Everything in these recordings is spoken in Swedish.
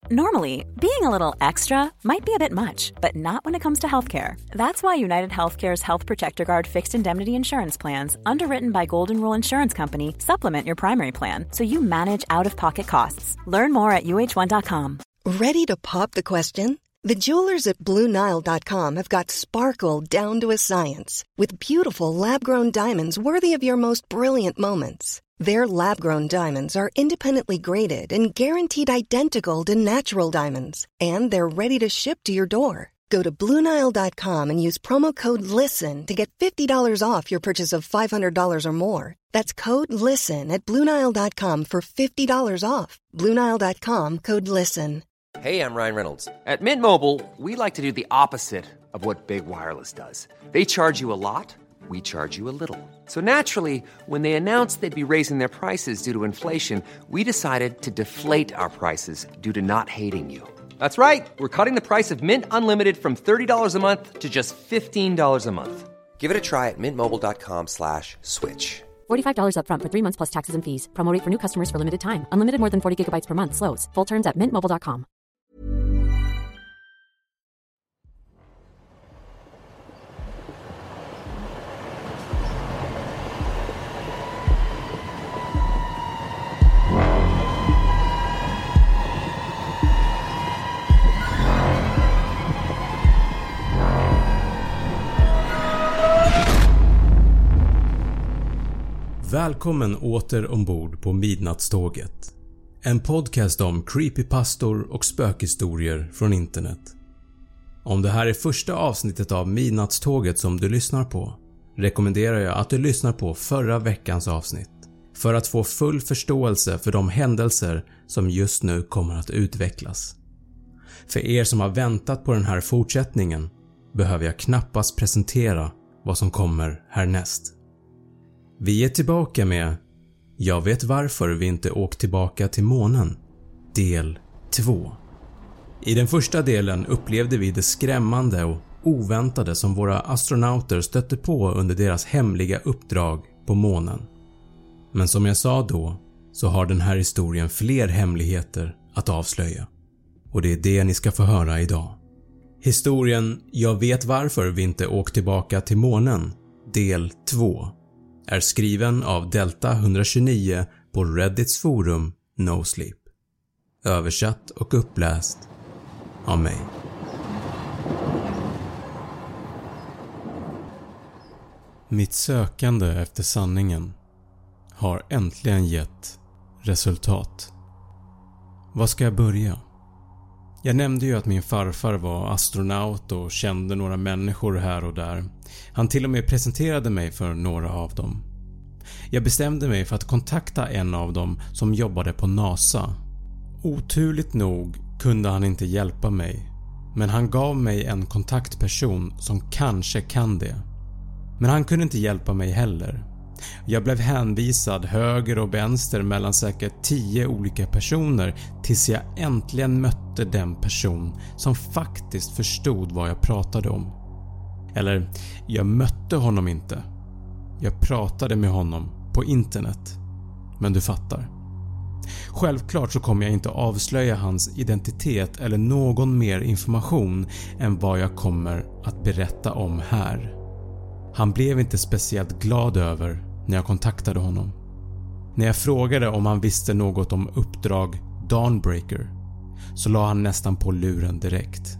Normally, being a little extra might be a bit much, but not when it comes to healthcare. That's why United Healthcare's Health Protector Guard fixed indemnity insurance plans, underwritten by Golden Rule Insurance Company, supplement your primary plan so you manage out-of-pocket costs. Learn more at uh1.com. Ready to pop the question? The jewelers at BlueNile.com have got sparkle down to a science with beautiful lab-grown diamonds worthy of your most brilliant moments. Their lab-grown diamonds are independently graded and guaranteed identical to natural diamonds, and they're ready to ship to your door. Go to BlueNile.com and use promo code LISTEN to get $50 off your purchase of $500 or more. That's code LISTEN at BlueNile.com for $50 off. BlueNile.com, code LISTEN. Hey, I'm Ryan Reynolds. At Mint Mobile, we like to do the opposite of what Big Wireless does. They charge you a lot, we charge you a little. So naturally, when they announced they'd be raising their prices due to inflation, we decided to deflate our prices due to not hating you. That's right. We're cutting the price of Mint Unlimited from $30 a month to just $15 a month. Give it a try at mintmobile.com/switch. $45 up front for 3 months plus taxes and fees. Promo rate for new customers for limited time. Unlimited more than 40 gigabytes per month. Slows full terms at mintmobile.com. Välkommen åter ombord på Midnattståget. En podcast om creepypastor och spökhistorier från internet. Om det här är första avsnittet av Midnattståget som du lyssnar på, rekommenderar jag att du lyssnar på förra veckans avsnitt för att få full förståelse för de händelser som just nu kommer att utvecklas. För er som har väntat på den här fortsättningen behöver jag knappast presentera vad som kommer härnäst. Vi är tillbaka med Jag vet varför vi inte åkt tillbaka till månen, del 2. I den första delen upplevde vi det skrämmande och oväntade som våra astronauter stötte på under deras hemliga uppdrag på månen. Men som jag sa då, så har den här historien fler hemligheter att avslöja. Och det är det ni ska få höra idag. Historien Jag vet varför vi inte åkt tillbaka till månen, del 2. är skriven av Delta 129 på Reddits forum No Sleep. Översatt och uppläst av mig. Mitt sökande efter sanningen har äntligen gett resultat. Var ska jag börja? Jag nämnde ju att min farfar var astronaut och kände några människor här och där. Han till och med presenterade mig för några av dem. Jag bestämde mig för att kontakta en av dem som jobbade på NASA. Oturligt nog kunde han inte hjälpa mig, men han gav mig en kontaktperson som kanske kan det. Men han kunde inte hjälpa mig heller. Jag blev hänvisad höger och vänster mellan säkert 10 olika personer tills jag äntligen mötte den person som faktiskt förstod vad jag pratade om. Eller, jag mötte honom inte. Jag pratade med honom på internet. Men du fattar. Självklart så kommer jag inte avslöja hans identitet eller någon mer information än vad jag kommer att berätta om här. Han blev inte speciellt glad över när jag kontaktade honom. När jag frågade om han visste något om uppdrag Dawnbreaker så la han nästan på luren direkt.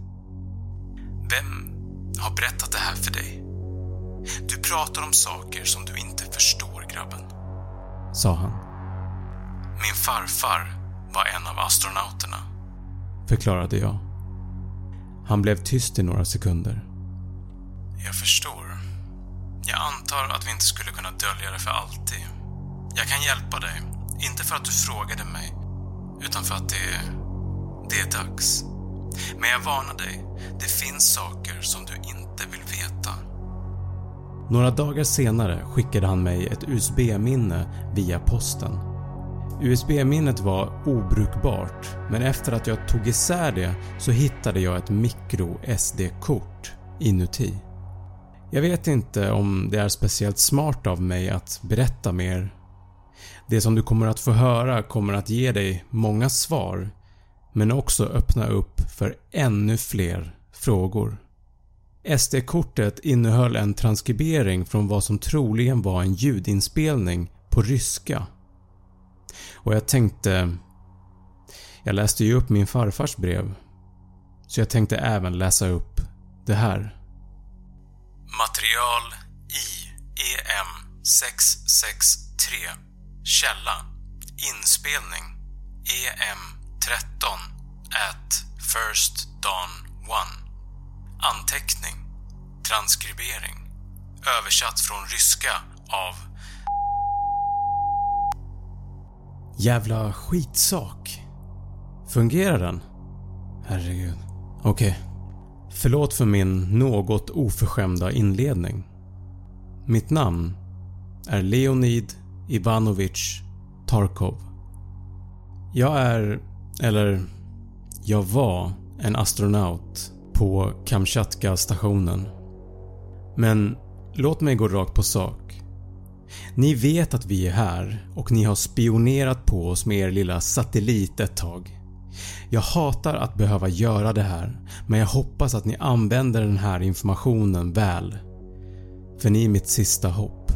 Vem har berättat det här för dig? Du pratar om saker som du inte förstår, grabben, sa han. Min farfar var en av astronauterna, förklarade jag. Han blev tyst i några sekunder. Jag förstår. Jag antar att vi inte skulle kunna dölja det för alltid. Jag kan hjälpa dig, inte för att du frågade mig, utan för att det är dags. Men jag varnar dig, det finns saker som du inte vill veta. Några dagar senare skickade han mig ett USB-minne via posten. USB-minnet var obrukbart, men efter att jag tog isär det så hittade jag ett micro SD-kort inuti. Jag vet inte om det är speciellt smart av mig att berätta mer. Det som du kommer att få höra kommer att ge dig många svar, men också öppna upp för ännu fler frågor. SD-kortet innehöll en transkribering från vad som troligen var en ljudinspelning på ryska. Och jag tänkte... Jag läste ju upp min farfars brev, så jag tänkte även läsa upp det här. Material IEM 663. Källa. Inspelning EM13 at First Dawn 1. Anteckning. Transkribering. Översatt från ryska av... Jävla skitsak. Fungerar den? Herregud. Okej. Förlåt för min något oförskämda inledning. Mitt namn är Leonid Ivanovich Tarkov. Jag var en astronaut på Kamchatka-stationen. Men låt mig gå rakt på sak. Ni vet att vi är här och ni har spionerat på oss med er lilla satellit ett tag. Jag hatar att behöva göra det här, men jag hoppas att ni använder den här informationen väl. För ni är mitt sista hopp.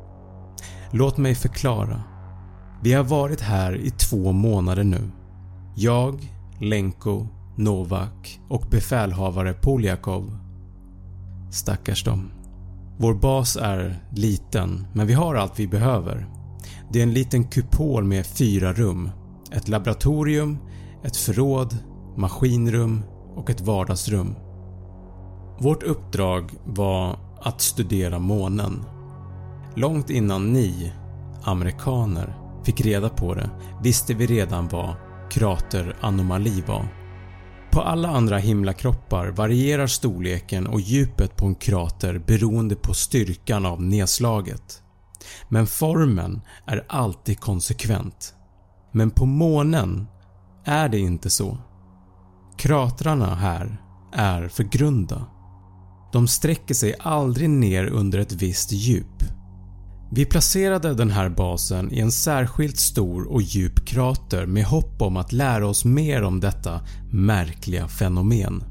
Låt mig förklara. Vi har varit här i 2 månader nu. Jag, Lenko, Novak och befälhavare Polyakov. Stackars dem. Vår bas är liten, men vi har allt vi behöver. Det är en liten kupol med 4 rum. Ett laboratorium, ett förråd, maskinrum och ett vardagsrum. Vårt uppdrag var att studera månen. Långt innan ni, amerikaner, fick reda på det visste vi redan vad krateranomali var. På alla andra himlakroppar varierar storleken och djupet på en krater beroende på styrkan av nedslaget. Men formen är alltid konsekvent. Men på månen är det inte så. Kratrarna här är för grunda. De sträcker sig aldrig ner under ett visst djup. Vi placerade den här basen i en särskilt stor och djup krater med hopp om att lära oss mer om detta märkliga fenomen.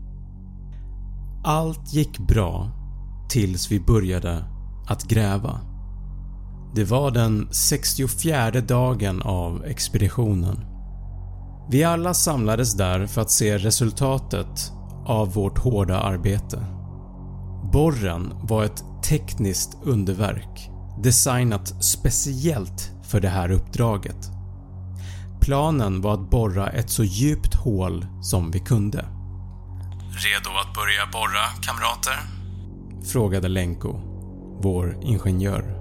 Allt gick bra tills vi började att gräva. Det var den 64:e dagen av expeditionen. Vi alla samlades där för att se resultatet av vårt hårda arbete. Borren var ett tekniskt underverk, designat speciellt för det här uppdraget. Planen var att borra ett så djupt hål som vi kunde. Redo att börja borra, kamrater? Frågade Lenko, vår ingenjör.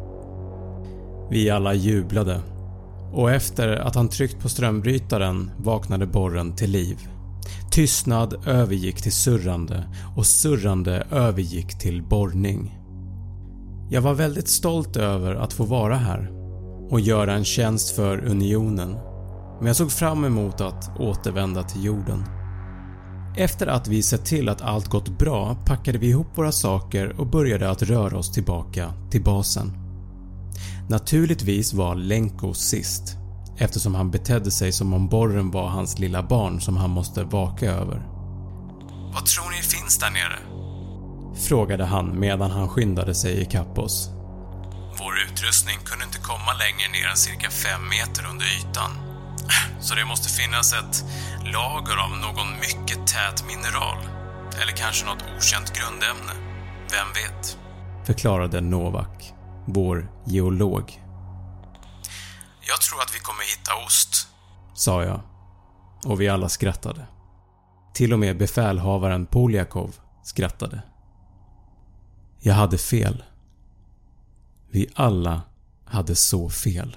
Vi alla jublade, och efter att han tryckt på strömbrytaren vaknade borren till liv. Tystnad övergick till surrande och surrande övergick till borrning. Jag var väldigt stolt över att få vara här och göra en tjänst för unionen, men jag såg fram emot att återvända till jorden. Efter att vi sett till att allt gått bra packade vi ihop våra saker och började att röra oss tillbaka till basen. Naturligtvis var Lenko sist, eftersom han betedde sig som om borren var hans lilla barn som han måste vaka över. Vad tror ni finns där nere? Frågade han medan han skyndade sig ikapp oss. Vår utrustning kunde inte komma längre ner än cirka 5 meter under ytan. Så det måste finnas ett lager av någon mycket tät mineral. Eller kanske något okänt grundämne. Vem vet? Förklarade Novak, vår geolog. Jag tror att vi kommer hitta ost, sa jag. Och vi alla skrattade. Till och med befälhavaren Polyakov skrattade. Jag hade fel. Vi alla hade så fel.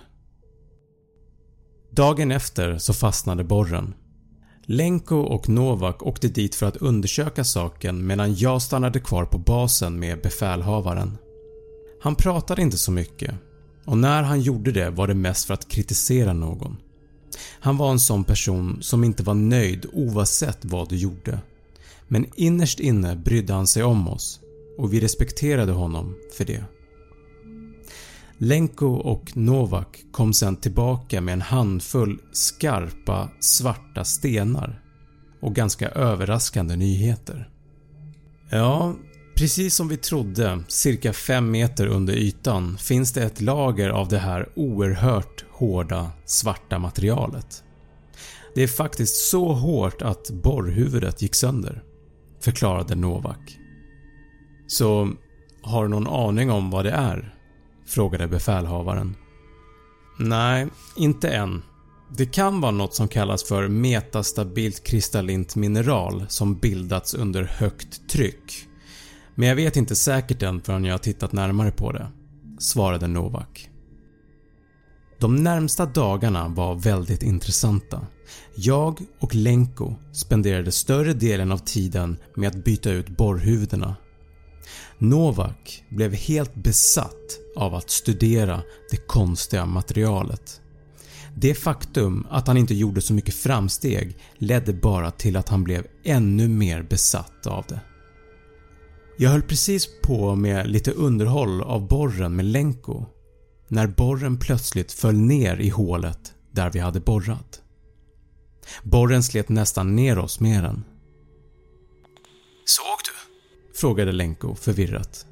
Dagen efter så fastnade borren. Lenko och Novak åkte dit för att undersöka saken medan jag stannade kvar på basen med befälhavaren. Han pratade inte så mycket, och när han gjorde det var det mest för att kritisera någon. Han var en sån person som inte var nöjd oavsett vad du gjorde. Men innerst inne brydde han sig om oss, och vi respekterade honom för det. Lenko och Novak kom sedan tillbaka med en handfull skarpa svarta stenar och ganska överraskande nyheter. Ja, precis som vi trodde, cirka 5 meter under ytan finns det ett lager av det här oerhört hårda svarta materialet. Det är faktiskt så hårt att borrhuvudet gick sönder, förklarade Novak. Så har du någon aning om vad det är? Frågade befälhavaren. Nej, inte än. Det kan vara något som kallas för metastabilt kristallint mineral som bildats under högt tryck. Men jag vet inte säkert än förrän jag har tittat närmare på det, svarade Novak. De närmsta dagarna var väldigt intressanta. Jag och Lenko spenderade större delen av tiden med att byta ut borrhuvudena. Novak blev helt besatt av att studera det konstiga materialet. Det faktum att han inte gjorde så mycket framsteg ledde bara till att han blev ännu mer besatt av det. Jag höll precis på med lite underhåll av borren med Lenko när borren plötsligt föll ner i hålet där vi hade borrat. Borren slet nästan ner oss med den. Såg du? Frågade Lenko förvirrat.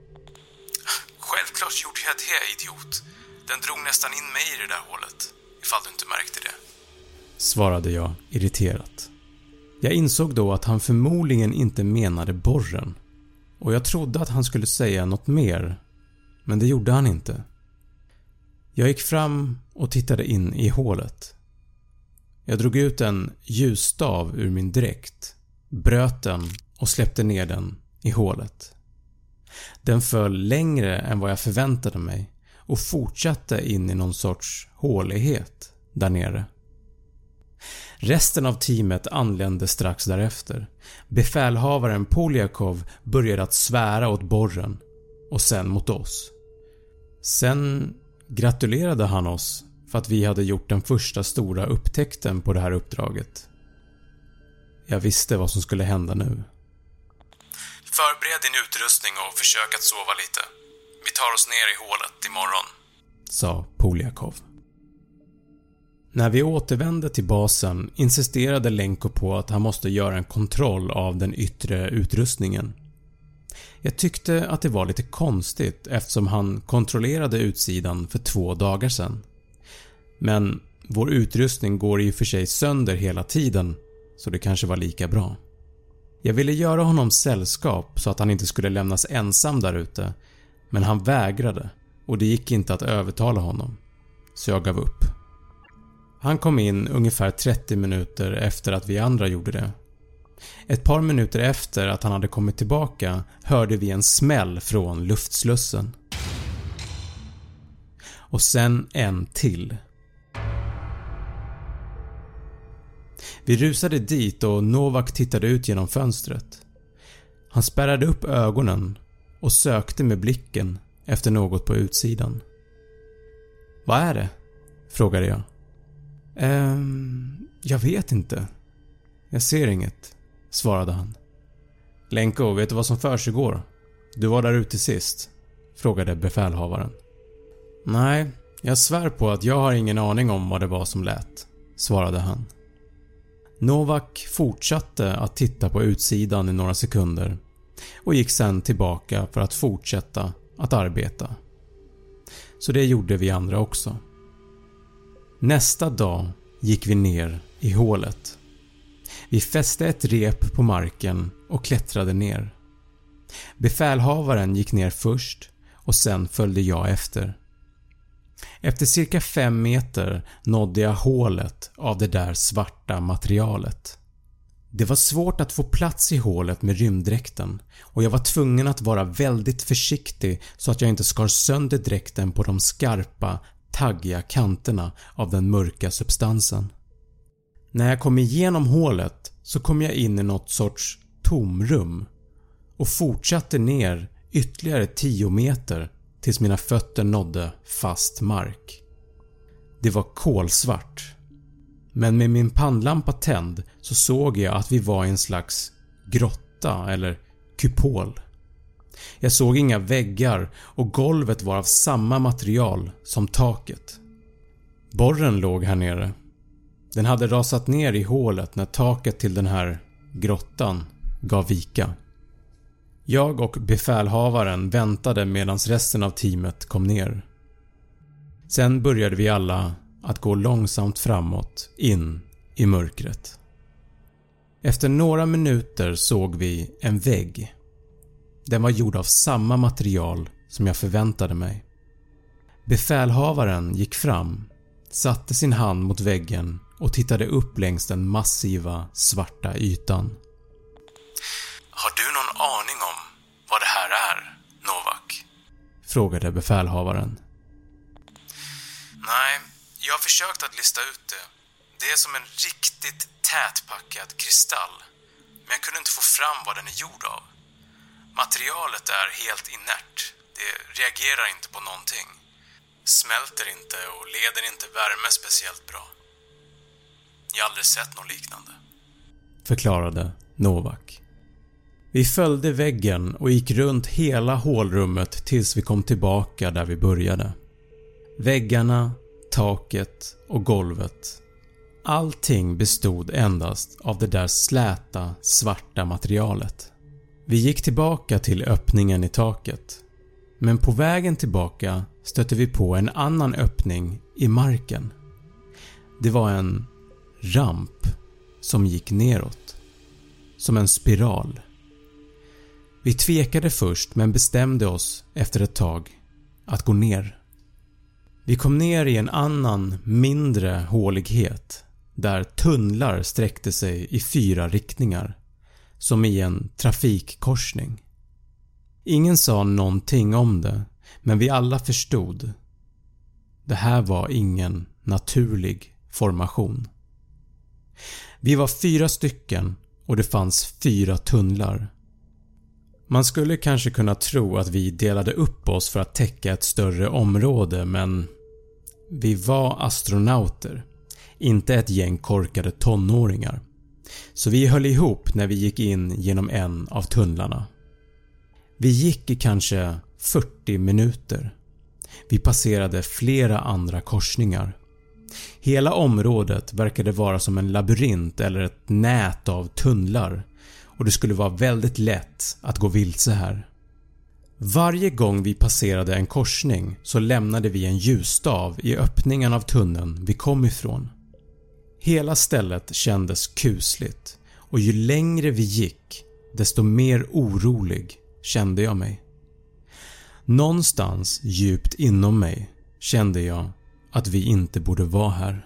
Självklart gjorde jag det, idiot. Den drog nästan in mig i det där hålet, ifall du inte märkte det. Svarade jag irriterat. Jag insåg då att han förmodligen inte menade borren och jag trodde att han skulle säga något mer, men det gjorde han inte. Jag gick fram och tittade in i hålet. Jag drog ut en ljusstav ur min dräkt, bröt den och släppte ner den i hålet. Den föll längre än vad jag förväntade mig och fortsatte in i någon sorts hålighet där nere. Resten av teamet anlände strax därefter. Befälhavaren Polyakov började att svära åt borren och sen mot oss. Sen gratulerade han oss för att vi hade gjort den första stora upptäckten på det här uppdraget. Jag visste vad som skulle hända nu. Förbered din utrustning och försök att sova lite. Vi tar oss ner i hålet imorgon, sa Polyakov. När vi återvände till basen insisterade Lenko på att han måste göra en kontroll av den yttre utrustningen. Jag tyckte att det var lite konstigt eftersom han kontrollerade utsidan för 2 dagar sedan. Men vår utrustning går i och för sig sönder hela tiden, så det kanske var lika bra. Jag ville göra honom sällskap så att han inte skulle lämnas ensam där ute, men han vägrade och det gick inte att övertala honom, så jag gav upp. Han kom in ungefär 30 minuter efter att vi andra gjorde det. Ett par minuter efter att han hade kommit tillbaka hörde vi en smäll från luftslussen. Och sen en till. Vi rusade dit och Novak tittade ut genom fönstret. Han spärrade upp ögonen och sökte med blicken efter något på utsidan. Vad är det? Frågade jag. Jag vet inte. Jag ser inget, svarade han. Lenko, vet du vad som försiggår? Du var där ute sist, frågade befälhavaren. Nej, jag svär på att jag har ingen aning om vad det var som lät, svarade han. Novak fortsatte att titta på utsidan i några sekunder och gick sedan tillbaka för att fortsätta att arbeta. Så det gjorde vi andra också. Nästa dag gick vi ner i hålet. Vi fäste ett rep på marken och klättrade ner. Befälhavaren gick ner först och sen följde jag efter. Efter cirka 5 meter nådde jag hålet av det där svarta materialet. Det var svårt att få plats i hålet med rymddräkten och jag var tvungen att vara väldigt försiktig så att jag inte skar sönder dräkten på de skarpa, taggiga kanterna av den mörka substansen. När jag kom igenom hålet så kom jag in i något sorts tomrum och fortsatte ner ytterligare 10 meter tills mina fötter nådde fast mark. Det var kolsvart, men med min pannlampa tänd så såg jag att vi var i en slags grotta eller kupol. Jag såg inga väggar och golvet var av samma material som taket. Borren låg här nere. Den hade rasat ner i hålet när taket till den här grottan gav vika. Jag och befälhavaren väntade medan resten av teamet kom ner. Sen började vi alla att gå långsamt framåt in i mörkret. Efter några minuter såg vi en vägg. Den var gjord av samma material som jag förväntade mig. Befälhavaren gick fram, satte sin hand mot väggen och tittade upp längs den massiva svarta ytan. Har du någon aning om vad det här är, Novak? Frågade befälhavaren. Nej, jag har försökt att lista ut det. Det är som en riktigt tätpackad kristall, men jag kunde inte få fram vad den är gjord av. Materialet är helt inert. Det reagerar inte på någonting. Smälter inte och leder inte värme speciellt bra. Jag har aldrig sett något liknande, förklarade Novak. Vi följde väggen och gick runt hela hålrummet tills vi kom tillbaka där vi började. Väggarna, taket och golvet. Allting bestod endast av det där släta, svarta materialet. Vi gick tillbaka till öppningen i taket. Men på vägen tillbaka stötte vi på en annan öppning i marken. Det var en ramp som gick neråt. Som en spiral. Vi tvekade först men bestämde oss efter ett tag att gå ner. Vi kom ner i en annan, mindre hålighet där tunnlar sträckte sig i 4 riktningar, som i en trafikkorsning. Ingen sa någonting om det, men vi alla förstod. Det här var ingen naturlig formation. Vi var 4 stycken och det fanns 4 tunnlar. Man skulle kanske kunna tro att vi delade upp oss för att täcka ett större område, men vi var astronauter, inte ett gäng korkade tonåringar. Så vi höll ihop när vi gick in genom en av tunnlarna. Vi gick i kanske 40 minuter. Vi passerade flera andra korsningar. Hela området verkade vara som en labyrint eller ett nät av tunnlar, och det skulle vara väldigt lätt att gå vilse här. Varje gång vi passerade en korsning så lämnade vi en ljusstav i öppningen av tunneln vi kom ifrån. Hela stället kändes kusligt, och ju längre vi gick desto mer orolig kände jag mig. Någonstans djupt inom mig kände jag att vi inte borde vara här.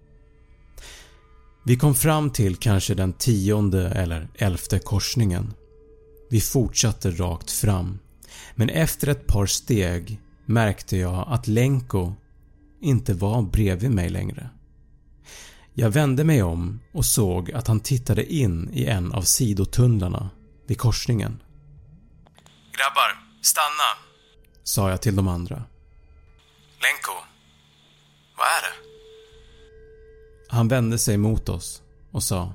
Vi kom fram till kanske den 10:e eller 11:e korsningen. Vi fortsatte rakt fram, men efter ett par steg märkte jag att Lenko inte var bredvid mig längre. Jag vände mig om och såg att han tittade in i en av sidotunnlarna vid korsningen. Grabbar, stanna, sa jag till de andra. Lenko, vad är det? Han vände sig mot oss och sa: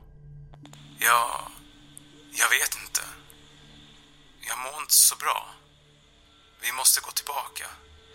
Jag vet inte. Jag mår inte så bra. Vi måste gå tillbaka.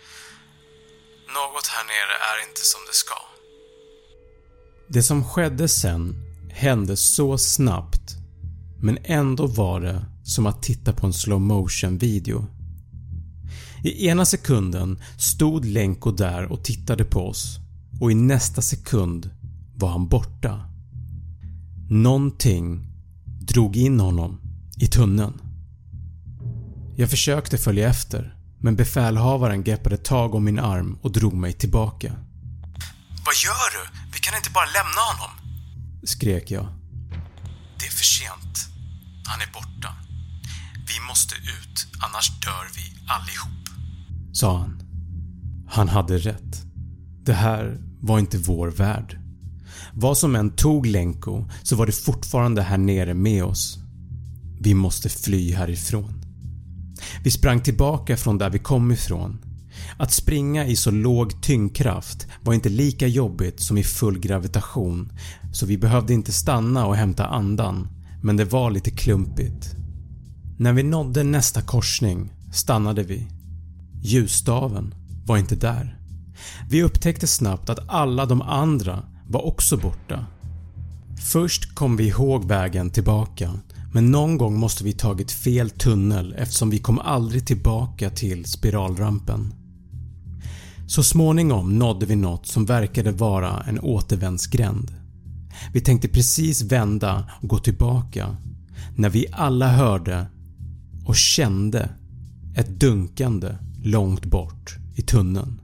Något här nere är inte som det ska. Det som skedde sen hände så snabbt, men ändå var det som att titta på en slow motion video. I ena sekunden stod Lenko där och tittade på oss, och i nästa sekund var han borta. Någonting drog in honom i tunneln. Jag försökte följa efter, men befälhavaren greppade tag om min arm och drog mig tillbaka. Vad gör du? Vi kan inte bara lämna honom, skrek jag. Det är för sent. Han är borta. Vi måste ut, annars dör vi allihop, sa han. Han hade rätt. Det här var inte vår värld. Vad som än tog Lenko så var det fortfarande här nere med oss. Vi måste fly härifrån. Vi sprang tillbaka från där vi kom ifrån. Att springa i så låg tyngdkraft var inte lika jobbigt som i full gravitation, så vi behövde inte stanna och hämta andan, men det var lite klumpigt. När vi nådde nästa korsning stannade vi. Ljusstaven var inte där. Vi upptäckte snabbt att alla de andra var också borta. Först kom vi ihåg vägen tillbaka, men någon gång måste vi tagit fel tunnel eftersom vi kom aldrig tillbaka till spiralrampen. Så småningom nådde vi något som verkade vara en återvändsgränd. Vi tänkte precis vända och gå tillbaka när vi alla hörde och kände ett dunkande långt bort i tunneln.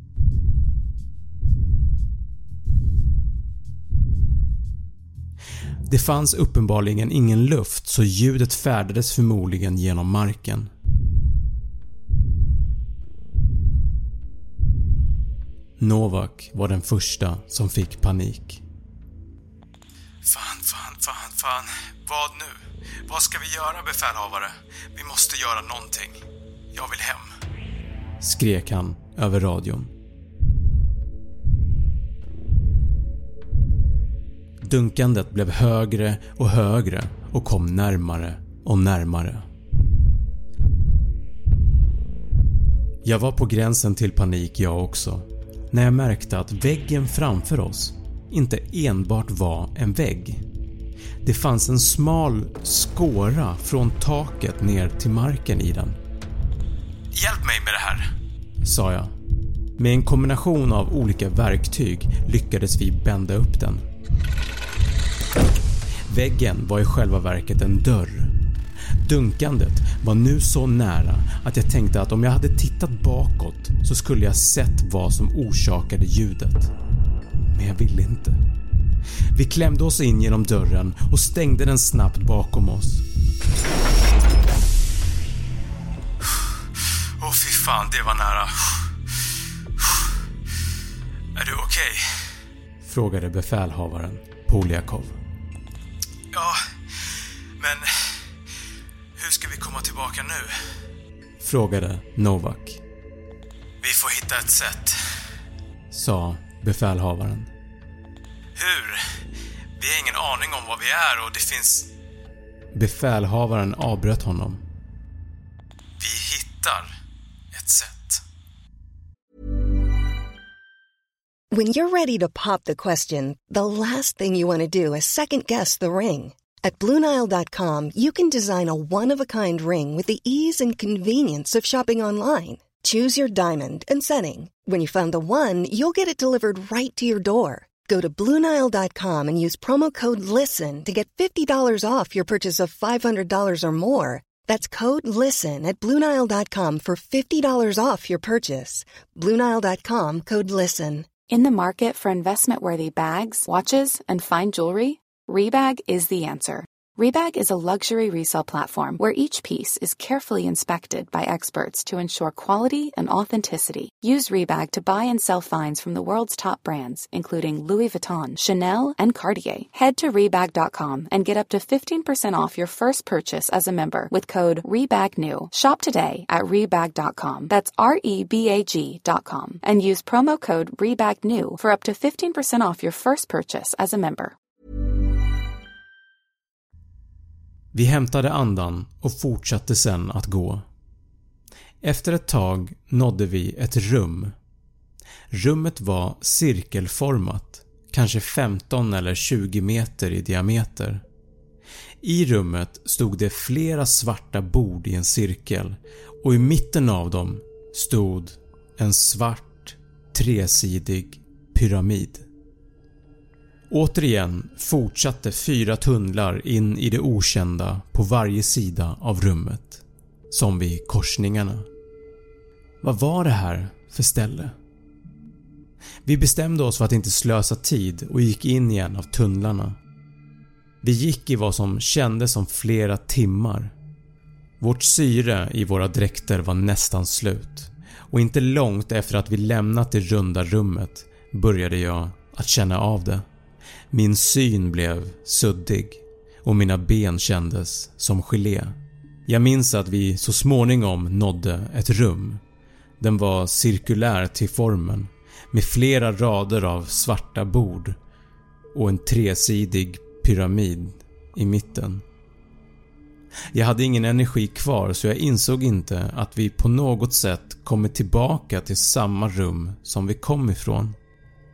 Det fanns uppenbarligen ingen luft så ljudet färdades förmodligen genom marken. Novak var den första som fick panik. Fan. Vad nu? Vad ska vi göra, befälhavare? Vi måste göra någonting. Jag vill hem. Skrek han över radion. Dunkandet blev högre och högre och kom närmare och närmare. Jag var på gränsen till panik jag också, när jag märkte att väggen framför oss inte enbart var en vägg. Det fanns en smal skåra från taket ner till marken i den. Hjälp mig med det här, sa jag. Med en kombination av olika verktyg lyckades vi bända upp den. Väggen var i själva verket en dörr. Dunkandet var nu så nära att jag tänkte att om jag hade tittat bakåt så skulle jag sett vad som orsakade ljudet. Men jag ville inte. Vi klämde oss in genom dörren och stängde den snabbt bakom oss. Åh fy fan, det var nära. Är du okej? Frågade befälhavaren Polyakov. Ja, men hur ska vi komma tillbaka nu? Frågade Novak. Vi får hitta ett sätt, sa befälhavaren. Hur? Vi har ingen aning om vad vi är och det finns... Befälhavaren avbröt honom. Vi hittar ett sätt. When you're ready to pop the question, the last thing you want to do is second-guess the ring. At BlueNile.com, you can design a one-of-a-kind ring with the ease and convenience of shopping online. Choose your diamond and setting. When you find the one, you'll get it delivered right to your door. Go to BlueNile.com and use promo code LISTEN to get $50 off your purchase of $500 or more. That's code LISTEN at BlueNile.com for $50 off your purchase. BlueNile.com, code LISTEN. In the market for investment-worthy bags, watches, and fine jewelry, Rebag is the answer. Rebag is a luxury resale platform where each piece is carefully inspected by experts to ensure quality and authenticity. Use Rebag to buy and sell finds from the world's top brands, including Louis Vuitton, Chanel, and Cartier. Head to Rebag.com and get up to 15% off your first purchase as a member with code REBAGNEW. Shop today at Rebag.com. That's REBAG.com. And use promo code REBAGNEW for up to 15% off your first purchase as a member. Vi hämtade andan och fortsatte sen att gå. Efter ett tag nådde vi ett rum. Rummet var cirkelformat, kanske 15 eller 20 meter i diameter. I rummet stod det flera svarta bord i en cirkel och i mitten av dem stod en svart, tresidig pyramid. Återigen fortsatte 4 tunnlar in i det okända på varje sida av rummet, som vid korsningarna. Vad var det här för ställe? Vi bestämde oss för att inte slösa tid och gick in i en av tunnlarna. Vi gick i vad som kändes som flera timmar. Vårt syre i våra dräkter var nästan slut och inte långt efter att vi lämnat det runda rummet började jag att känna av det. Min syn blev suddig och mina ben kändes som gelé. Jag minns att vi så småningom nådde ett rum. Den var cirkulär till formen med flera rader av svarta bord och en tresidig pyramid i mitten. Jag hade ingen energi kvar så jag insåg inte att vi på något sätt kommit tillbaka till samma rum som vi kom ifrån.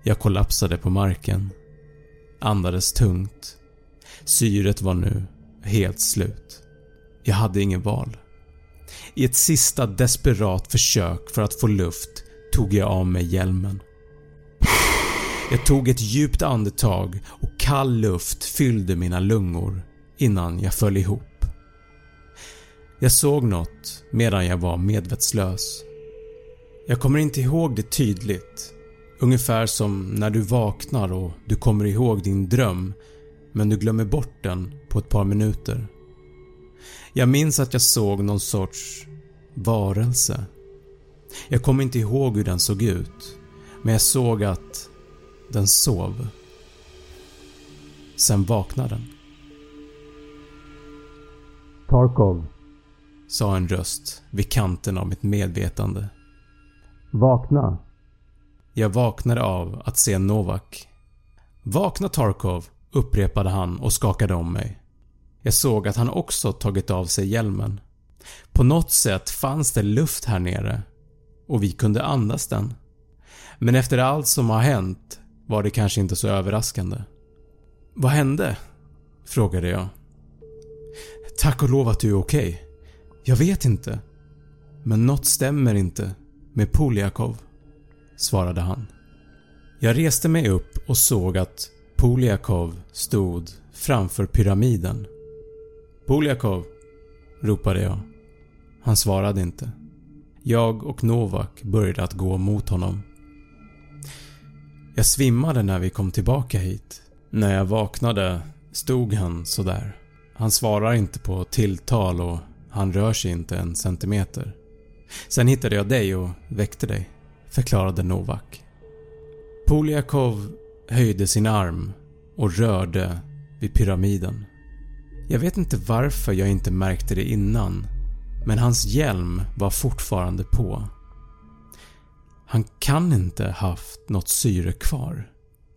Jag kollapsade på marken. Andades tungt. Syret var nu helt slut. Jag hade ingen val. I ett sista desperat försök för att få luft tog jag av mig hjälmen. Jag tog ett djupt andetag och kall luft fyllde mina lungor innan jag föll ihop. Jag såg något medan jag var medvetslös. Jag kommer inte ihåg det tydligt. Ungefär som när du vaknar och du kommer ihåg din dröm men du glömmer bort den på ett par minuter. Jag minns att jag såg någon sorts varelse. Jag kommer inte ihåg hur den såg ut, men jag såg att den sov. Sen vaknade den. Tarkov, sa en röst vid kanten av mitt medvetande. Vakna. Jag vaknade av att se Novak. Vakna Tarkov, upprepade han och skakade om mig. Jag såg att han också tagit av sig hjälmen. På något sätt fanns det luft här nere och vi kunde andas den. Men efter allt som har hänt var det kanske inte så överraskande. Vad hände? Frågade jag. Tack och lov att du är okej. Jag vet inte. Men något stämmer inte med Polyakov, svarade han. Jag reste mig upp och såg att Polyakov stod framför pyramiden. Polyakov, ropade jag. Han svarade inte. Jag och Novak började att gå mot honom. Jag svimmade när vi kom tillbaka hit. När jag vaknade stod han så där. Han svarar inte på tilltal och han rör sig inte en centimeter. Sen hittade jag dig och väckte dig, förklarade Novak. Polyakov höjde sin arm och rörde vid pyramiden. Jag vet inte varför jag inte märkte det innan, men hans hjälm var fortfarande på. Han kan inte haft något syre kvar.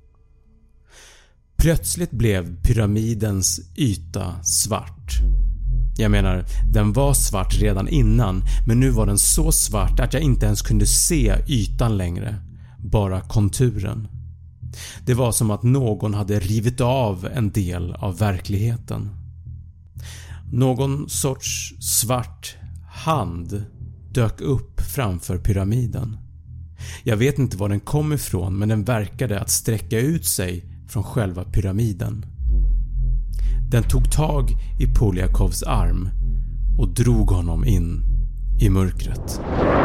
Plötsligt blev pyramidens yta svart. Jag menar, den var svart redan innan, men nu var den så svart att jag inte ens kunde se ytan längre, bara konturen. Det var som att någon hade rivit av en del av verkligheten. Någon sorts svart hand dök upp framför pyramiden. Jag vet inte var den kom ifrån, men den verkade att sträcka ut sig från själva pyramiden. Den tog tag i Polyakovs arm och drog honom in i mörkret.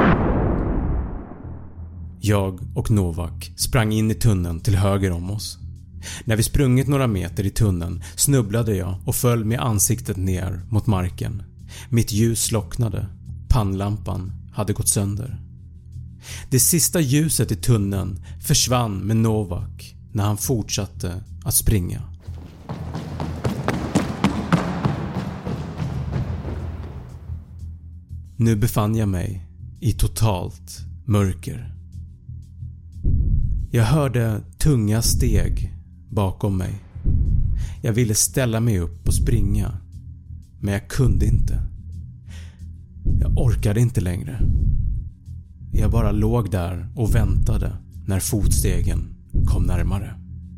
Jag och Novak sprang in i tunneln till höger om oss. När vi sprungit några meter i tunneln snubblade jag och föll med ansiktet ner mot marken. Mitt ljus slocknade. Pannlampan hade gått sönder. Det sista ljuset i tunneln försvann med Novak när han fortsatte att springa. Nu befann jag mig i totalt mörker. Jag hörde tunga steg bakom mig. Jag ville ställa mig upp och springa, men jag kunde inte. Jag orkade inte längre. Jag bara låg där och väntade när fotstegen kom närmare.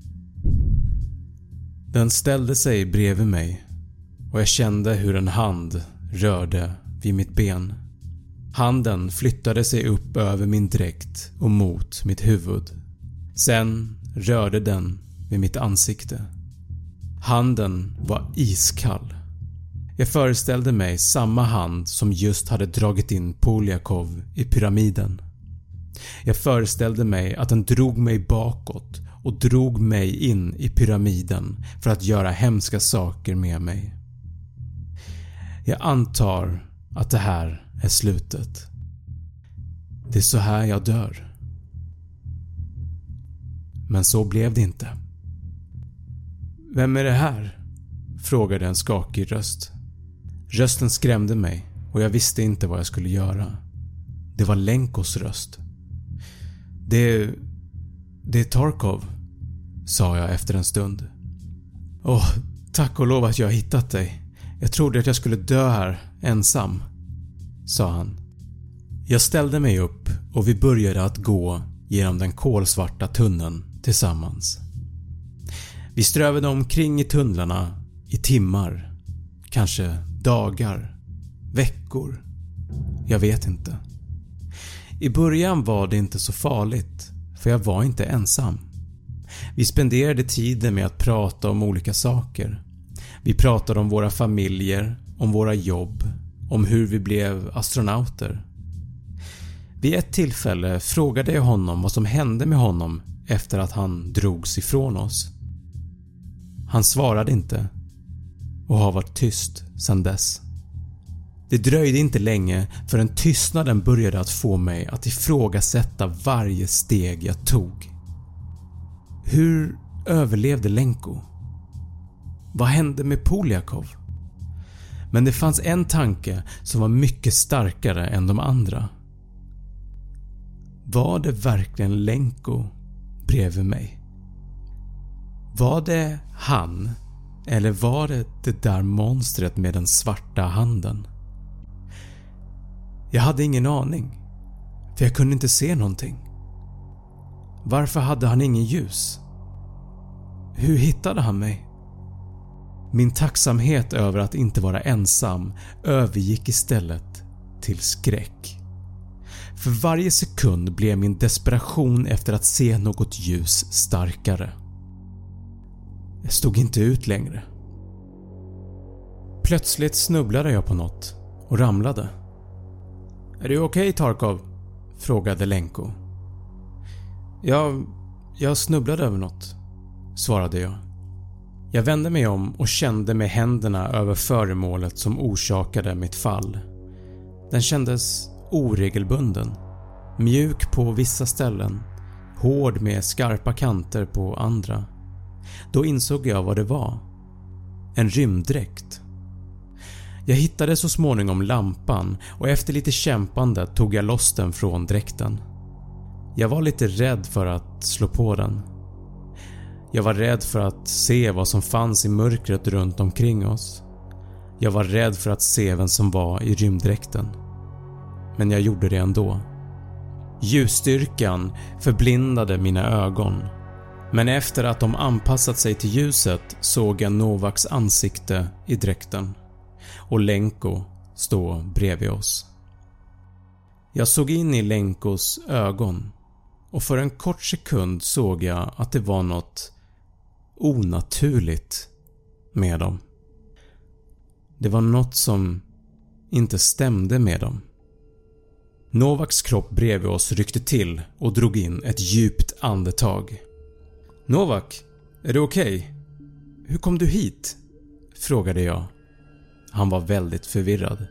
Den ställde sig bredvid mig och jag kände hur en hand rörde vid mitt ben. Handen flyttade sig upp över min dräkt och mot mitt huvud. Sen rörde den vid mitt ansikte. Handen var iskall. Jag föreställde mig samma hand som just hade dragit in Polyakov i pyramiden. Jag föreställde mig att den drog mig bakåt och drog mig in i pyramiden för att göra hemska saker med mig. Jag antar att det här är slutet. Det är så här jag dör. Men så blev det inte. Vem är det här? Frågade en skakig röst. Rösten skrämde mig och jag visste inte vad jag skulle göra. Det var Lenkos röst. Det är Tarkov, sa jag efter en stund. Tack och lov att jag har hittat dig. Jag trodde att jag skulle dö här ensam, sa han. Jag ställde mig upp och vi började att gå genom den kolsvarta tunneln tillsammans. Vi strövade omkring i tunnlarna i timmar, kanske dagar, veckor. Jag vet inte. I början var det inte så farligt, för jag var inte ensam. Vi spenderade tiden med att prata om olika saker. Vi pratade om våra familjer, om våra jobb, om hur vi blev astronauter. Vid ett tillfälle frågade jag honom vad som hände med honom efter att han drogs ifrån oss. Han svarade inte och har varit tyst sedan dess. Det dröjde inte länge förrän tystnaden började att få mig att ifrågasätta varje steg jag tog. Hur överlevde Lenko? Vad hände med Poliakov? Men det fanns en tanke som var mycket starkare än de andra. Var det verkligen Lenko bredvid mig? Var det han, eller var det där monstret med den svarta handen? Jag hade ingen aning, för jag kunde inte se någonting. Varför hade han ingen ljus? Hur hittade han mig? Min tacksamhet över att inte vara ensam övergick istället till skräck. För varje sekund blev min desperation efter att se något ljus starkare. Jag stod inte ut längre. Plötsligt snubblade jag på något och ramlade. "Är du okej, Tarkov?" frågade Lenko. Jag snubblade över något, svarade jag. Jag vände mig om och kände med händerna över föremålet som orsakade mitt fall. Den kändes oregelbunden, mjuk på vissa ställen, hård med skarpa kanter på andra. Då insåg jag vad det var. En rymddräkt. Jag hittade så småningom lampan och efter lite kämpande tog jag loss den från dräkten. Jag var lite rädd för att slå på den. Jag var rädd för att se vad som fanns i mörkret runt omkring oss. Jag var rädd för att se vem som var i rymddräkten. Men jag gjorde det ändå. Ljusstyrkan förblindade mina ögon. Men efter att de anpassat sig till ljuset såg jag Novaks ansikte i dräkten och Lenko stå bredvid oss. Jag såg in i Lenkos ögon och för en kort sekund såg jag att det var något onaturligt med dem. Det var något som inte stämde med dem. Novaks kropp bredvid oss ryckte till och drog in ett djupt andetag. "Novak, är du okej? Hur kom du hit?" frågade jag. Han var väldigt förvirrad.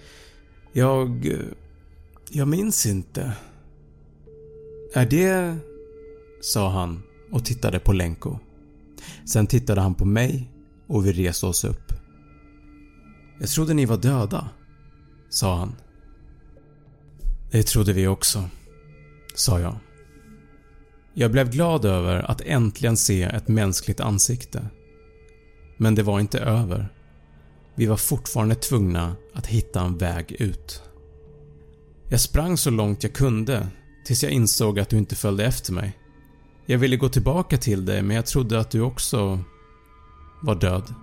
Jag minns inte. "Är det..." sa han och tittade på Lenko. Sen tittade han på mig och vi reste oss upp. "Jag trodde ni var döda", sa han. "Det trodde vi också", sa jag. Jag blev glad över att äntligen se ett mänskligt ansikte. Men det var inte över. Vi var fortfarande tvungna att hitta en väg ut. Jag sprang så långt jag kunde tills jag insåg att du inte följde efter mig. Jag ville gå tillbaka till dig men jag trodde att du också var död.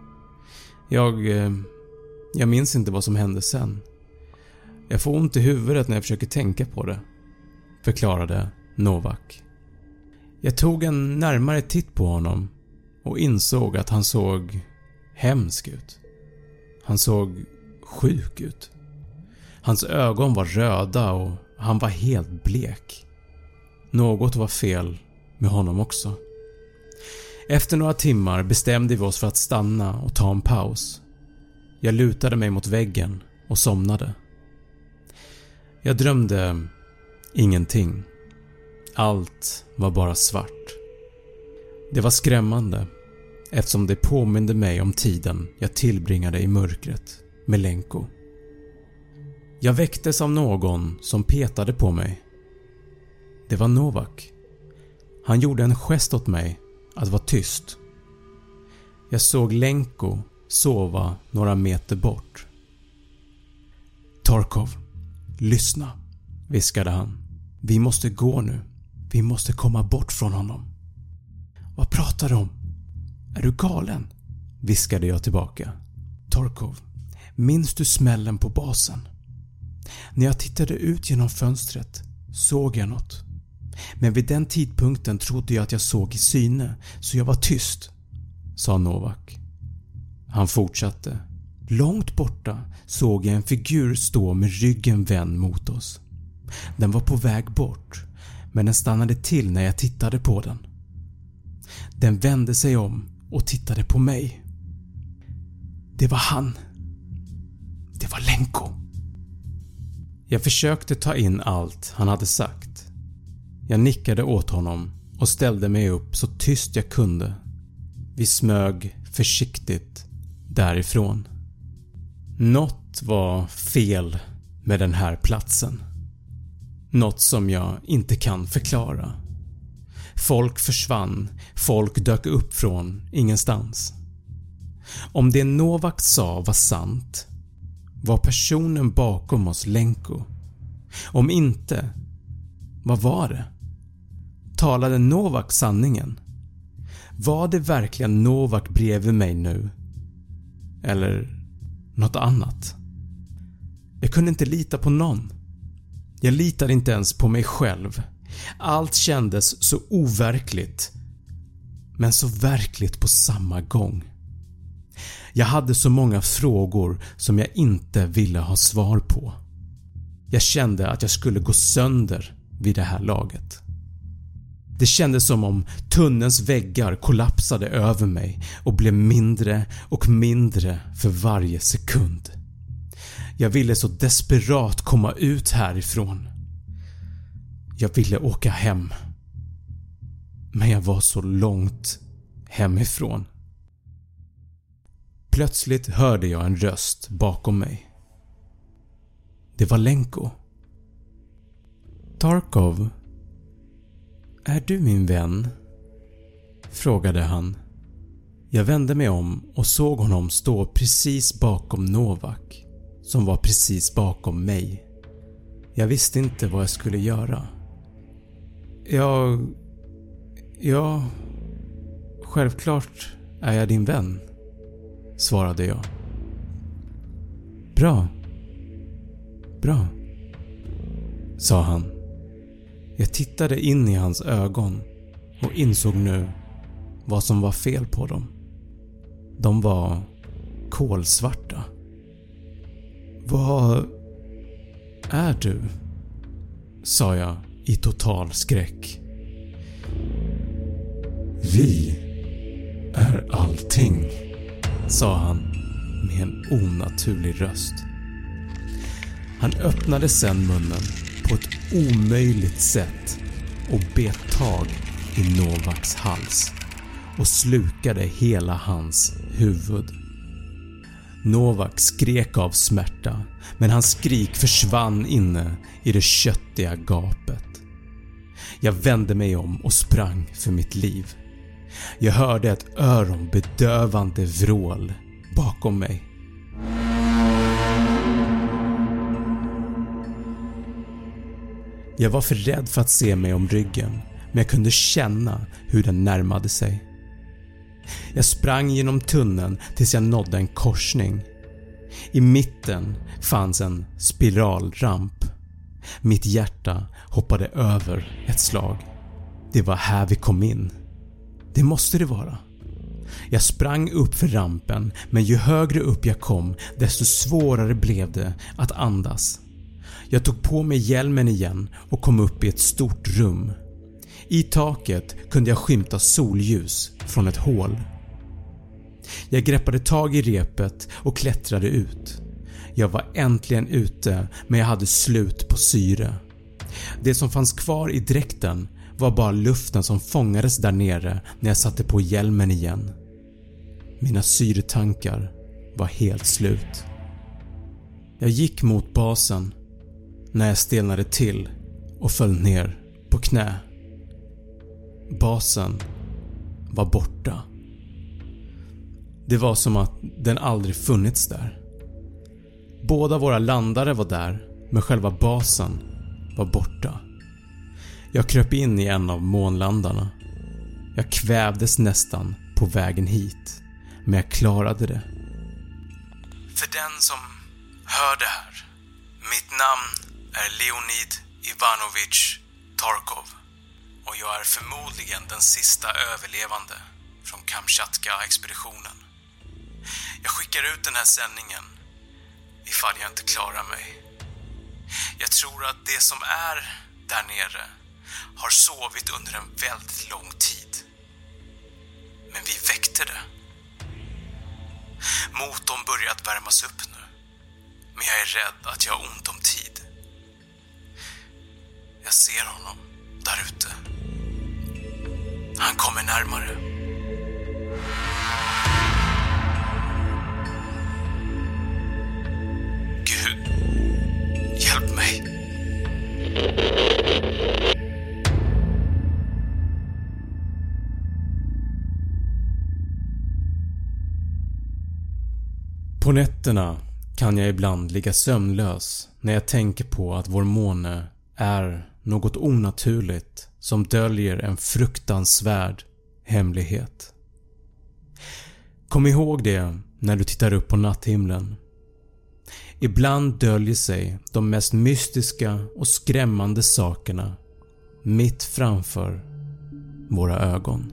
Jag minns inte vad som hände sen. Jag får ont i huvudet när jag försöker tänka på det, förklarade Novak. Jag tog en närmare titt på honom och insåg att han såg hemsk ut. Han såg sjuk ut. Hans ögon var röda och han var helt blek. Något var fel med honom också. Efter några timmar bestämde vi oss för att stanna och ta en paus. Jag lutade mig mot väggen och somnade. Jag drömde ingenting. Allt var bara svart. Det var skrämmande eftersom det påminde mig om tiden jag tillbringade i mörkret med Lenko. Jag väcktes av någon som petade på mig. Det var Novak. Han gjorde en gest åt mig att vara tyst. Jag såg Lenko sova några meter bort. "Tarkov, lyssna", viskade han. "Vi måste gå nu. Vi måste komma bort från honom." Vad pratar du om? Är du galen? Viskade jag tillbaka. Tarkov, minns du smällen på basen? När jag tittade ut genom fönstret såg jag något. Men vid den tidpunkten trodde jag att jag såg i syne, så jag var tyst, sa Novak. Han fortsatte. Långt borta såg jag en figur stå med ryggen vänd mot oss. Den var på väg bort, men den stannade till när jag tittade på den. Den vände sig om och tittade på mig. Det var han. Det var Lenko. Jag försökte ta in allt han hade sagt. Jag nickade åt honom och ställde mig upp så tyst jag kunde. Vi smög försiktigt därifrån. Något var fel med den här platsen. Något som jag inte kan förklara. Folk försvann, folk dök upp från ingenstans. Om det Novak sa var sant, var personen bakom oss Lenko. Om inte, vad var det? Talade Novak sanningen? Var det verkligen Novak bredvid mig nu? Eller något annat? Jag kunde inte lita på någon. Jag litade inte ens på mig själv. Allt kändes så overkligt, men så verkligt på samma gång. Jag hade så många frågor som jag inte ville ha svar på. Jag kände att jag skulle gå sönder vid det här laget. Det kändes som om tunnelns väggar kollapsade över mig och blev mindre och mindre för varje sekund. Jag ville så desperat komma ut härifrån. Jag ville åka hem. Men jag var så långt hemifrån. Plötsligt hörde jag en röst bakom mig. Det var Lenko. Tarkov, är du min vän? Frågade han. Jag vände mig om och såg honom stå precis bakom Novak, som var precis bakom mig. Jag visste inte vad jag skulle göra. Ja, självklart är jag din vän, svarade jag. Bra, sa han. Jag tittade in i hans ögon och insåg nu vad som var fel på dem. De var kolsvarta. Vad är du? Sa jag i total skräck. Vi är allting, sa han med en onaturlig röst. Han öppnade sen munnen på ett omöjligt sätt och bet tag i Novaks hals och slukade hela hans huvud. Novak skrek av smärta, men hans skrik försvann inne i det köttiga gapet. Jag vände mig om och sprang för mitt liv. Jag hörde ett öronbedövande vrål bakom mig. Jag var för rädd för att se mig om ryggen, men jag kunde känna hur den närmade sig. Jag sprang genom tunneln tills jag nådde en korsning. I mitten fanns en spiralramp. Mitt hjärta hoppade över ett slag. Det var här vi kom in. Det måste det vara. Jag sprang upp för rampen, men ju högre upp jag kom, desto svårare blev det att andas. Jag tog på mig hjälmen igen och kom upp i ett stort rum. I taket kunde jag skymta solljus från ett hål. Jag greppade tag i repet och klättrade ut. Jag var äntligen ute, men jag hade slut på syre. Det som fanns kvar i dräkten var bara luften som fångades där nere när jag satte på hjälmen igen. Mina syretankar var helt slut. Jag gick mot basen när jag stelnade till och föll ner på knä. Basen var borta. Det var som att den aldrig funnits där. Båda våra landare var där, men själva basen var borta. Jag kröp in i en av månlandarna. Jag kvävdes nästan på vägen hit, men jag klarade det. För den som hör det här. Mitt namn är Leonid Ivanovich Tarkov och jag är förmodligen den sista överlevande från Kamchatka-expeditionen. Jag skickar ut den här sändningen ifall jag inte klarar mig. Jag tror att det som är där nere har sovit under en väldigt lång tid. Men vi väckte det. Motorn börjar att värmas upp nu. Men jag är rädd att jag har ont om tid. Jag ser honom där ute. Han kommer närmare. Gud, hjälp mig. På nätterna kan jag ibland ligga sömnlös när jag tänker på att vår måne är något onaturligt som döljer en fruktansvärd hemlighet. Kom ihåg det när du tittar upp på natthimlen. Ibland döljer sig de mest mystiska och skrämmande sakerna mitt framför våra ögon.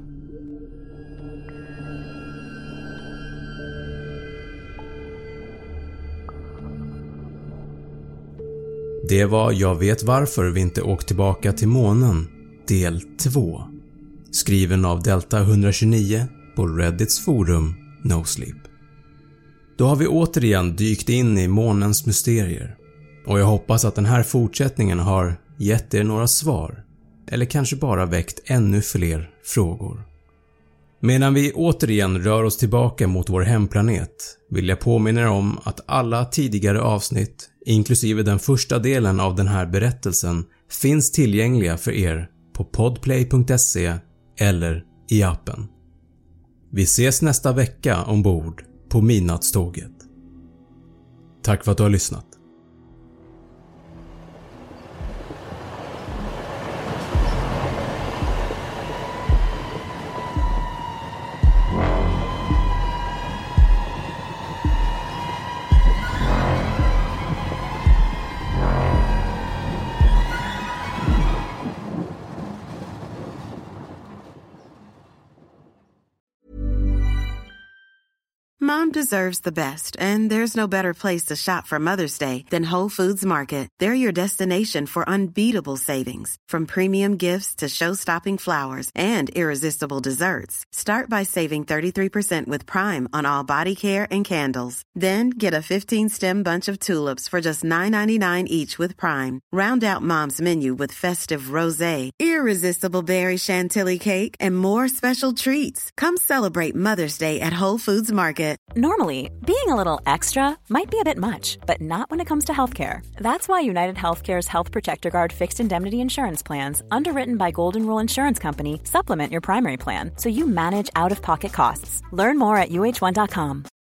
Det var Jag vet varför vi inte åkt tillbaka till månen, del 2. Skriven av Delta 129 på Reddits forum No Sleep. Då har vi återigen dykt in i månens mysterier. Och jag hoppas att den här fortsättningen har gett er några svar. Eller kanske bara väckt ännu fler frågor. Medan vi återigen rör oss tillbaka mot vår hemplanet vill jag påminna er om att alla tidigare avsnitt, inklusive den första delen av den här berättelsen, finns tillgängliga för er på podplay.se eller i appen. Vi ses nästa vecka ombord på Midnattståget. Tack för att du har lyssnat. Mom deserves the best, and there's no better place to shop for Mother's Day than Whole Foods Market. They're your destination for unbeatable savings, from premium gifts to show-stopping flowers and irresistible desserts. Start by saving 33% with Prime on all body care and candles. Then get a 15-stem bunch of tulips for just $9.99 each with Prime. Round out Mom's menu with festive rosé, irresistible berry chantilly cake, and more special treats. Come celebrate Mother's Day at Whole Foods Market. Normally, being a little extra might be a bit much, but not when it comes to healthcare. That's why United Healthcare's Health Protector Guard fixed indemnity insurance plans, underwritten by Golden Rule Insurance Company, supplement your primary plan so you manage out-of-pocket costs. Learn more at UH1.com.